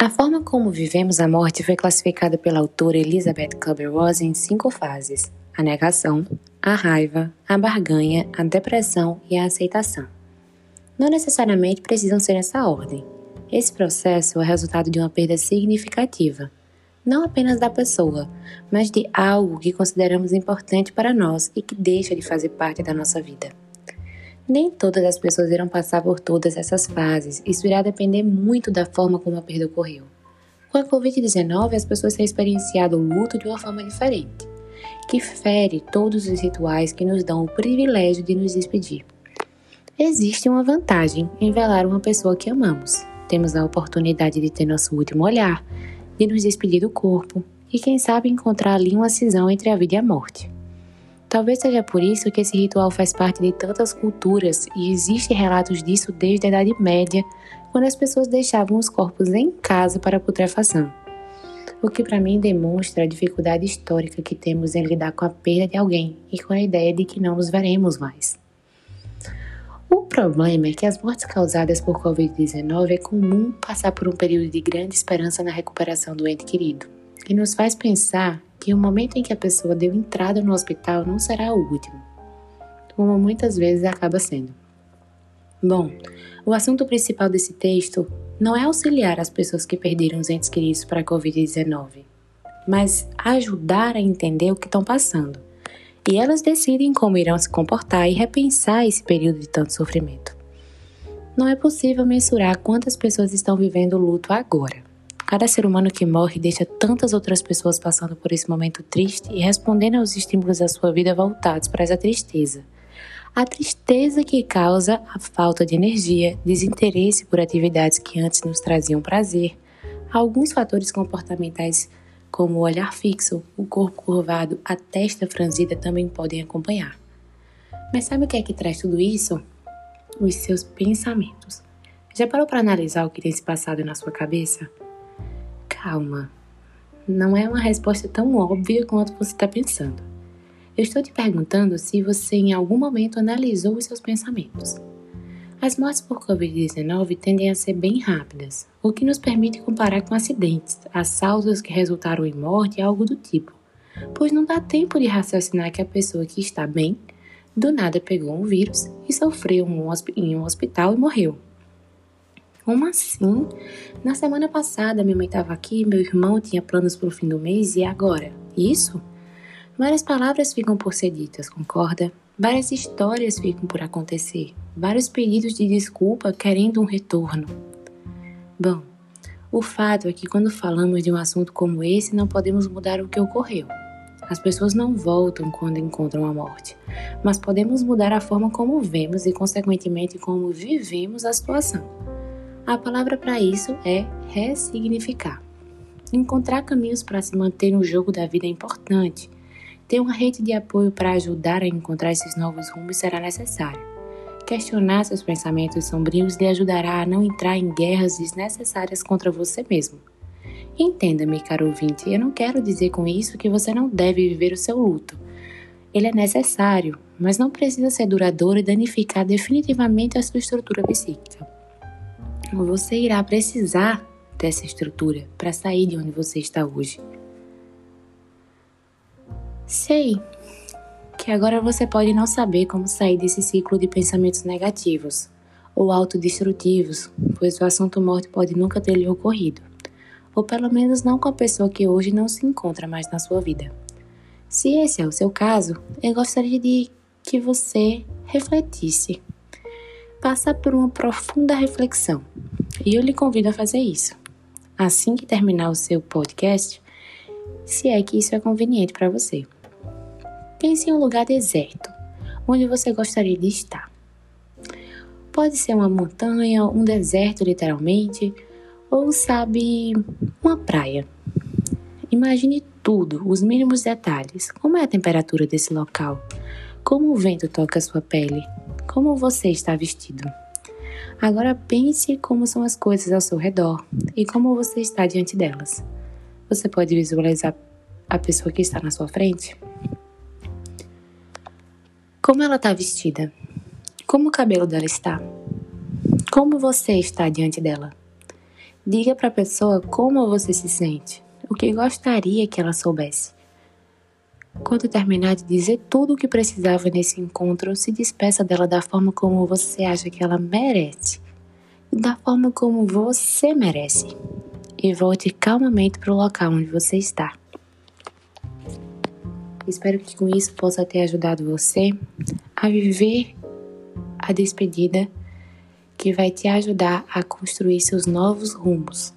A forma como vivemos a morte foi classificada pela autora Elizabeth Kubler-Ross em 5 fases: a negação, a raiva, a barganha, a depressão e a aceitação. Não necessariamente precisam ser nessa ordem. Esse processo é o resultado de uma perda significativa, não apenas da pessoa, mas de algo que consideramos importante para nós e que deixa de fazer parte da nossa vida. Nem todas as pessoas irão passar por todas essas fases, isso irá depender muito da forma como a perda ocorreu. Com a Covid-19, as pessoas têm experienciado o luto de uma forma diferente, que fere todos os rituais que nos dão o privilégio de nos despedir. Existe uma vantagem em velar uma pessoa que amamos. Temos a oportunidade de ter nosso último olhar, de nos despedir do corpo e, quem sabe, encontrar ali uma cisão entre a vida e a morte. Talvez seja por isso que esse ritual faz parte de tantas culturas e existem relatos disso desde a Idade Média, quando as pessoas deixavam os corpos em casa para a putrefação. O que para mim demonstra a dificuldade histórica que temos em lidar com a perda de alguém e com a ideia de que não nos veremos mais. O problema é que as mortes causadas por Covid-19 é comum passar por um período de grande esperança na recuperação do ente querido, e nos faz pensar que o momento em que a pessoa deu entrada no hospital não será o último, como muitas vezes acaba sendo. Bom, o assunto principal desse texto não é auxiliar as pessoas que perderam os entes queridos para a Covid-19, mas ajudar a entender o que estão passando. E elas decidem como irão se comportar e repensar esse período de tanto sofrimento. Não é possível mensurar quantas pessoas estão vivendo o luto agora. Cada ser humano que morre deixa tantas outras pessoas passando por esse momento triste e respondendo aos estímulos da sua vida voltados para essa tristeza. A tristeza que causa a falta de energia, desinteresse por atividades que antes nos traziam prazer, alguns fatores comportamentais como o olhar fixo, o corpo curvado, a testa franzida também podem acompanhar. Mas sabe o que é que traz tudo isso? Os seus pensamentos. Já parou para analisar o que tem se passado na sua cabeça? Calma, não é uma resposta tão óbvia quanto você está pensando. Eu estou te perguntando se você em algum momento analisou os seus pensamentos. As mortes por Covid-19 tendem a ser bem rápidas, o que nos permite comparar com acidentes, assaltos que resultaram em morte e algo do tipo, pois não dá tempo de raciocinar que a pessoa que está bem, do nada pegou um vírus e sofreu em um hospital e morreu. Como assim? Na semana passada minha mãe estava aqui, meu irmão tinha planos para o fim do mês e agora? Isso? Várias palavras ficam por ser ditas, concorda? Várias histórias ficam por acontecer, vários pedidos de desculpa querendo um retorno. Bom, o fato é que quando falamos de um assunto como esse, não podemos mudar o que ocorreu. As pessoas não voltam quando encontram a morte, mas podemos mudar a forma como vemos e, consequentemente, como vivemos a situação. A palavra para isso é ressignificar. Encontrar caminhos para se manter no jogo da vida é importante. Ter uma rede de apoio para ajudar a encontrar esses novos rumos será necessário. Questionar seus pensamentos sombrios lhe ajudará a não entrar em guerras desnecessárias contra você mesmo. Entenda-me, caro ouvinte, eu não quero dizer com isso que você não deve viver o seu luto. Ele é necessário, mas não precisa ser duradouro e danificar definitivamente a sua estrutura psíquica. Você irá precisar dessa estrutura para sair de onde você está hoje. Sei que agora você pode não saber como sair desse ciclo de pensamentos negativos ou autodestrutivos, pois o assunto morte pode nunca ter lhe ocorrido, ou pelo menos não com a pessoa que hoje não se encontra mais na sua vida. Se esse é o seu caso, eu gostaria de que você refletisse, passar por uma profunda reflexão, e eu lhe convido a fazer isso. Assim que terminar o seu podcast, se é que isso é conveniente para você. Pense em um lugar deserto, onde você gostaria de estar. Pode ser uma montanha, um deserto literalmente, ou sabe, uma praia. Imagine tudo, os mínimos detalhes. Como é a temperatura desse local? Como o vento toca a sua pele? Como você está vestido? Agora pense como são as coisas ao seu redor e como você está diante delas. Você pode visualizar a pessoa que está na sua frente? Como ela está vestida? Como o cabelo dela está? Como você está diante dela? Diga para a pessoa como você se sente, o que gostaria que ela soubesse. Quando terminar de dizer tudo o que precisava nesse encontro, se despeça dela da forma como você acha que ela merece, da forma como você merece, e volte calmamente para o local onde você está. Espero que com isso possa ter ajudado você a viver a despedida que vai te ajudar a construir seus novos rumos.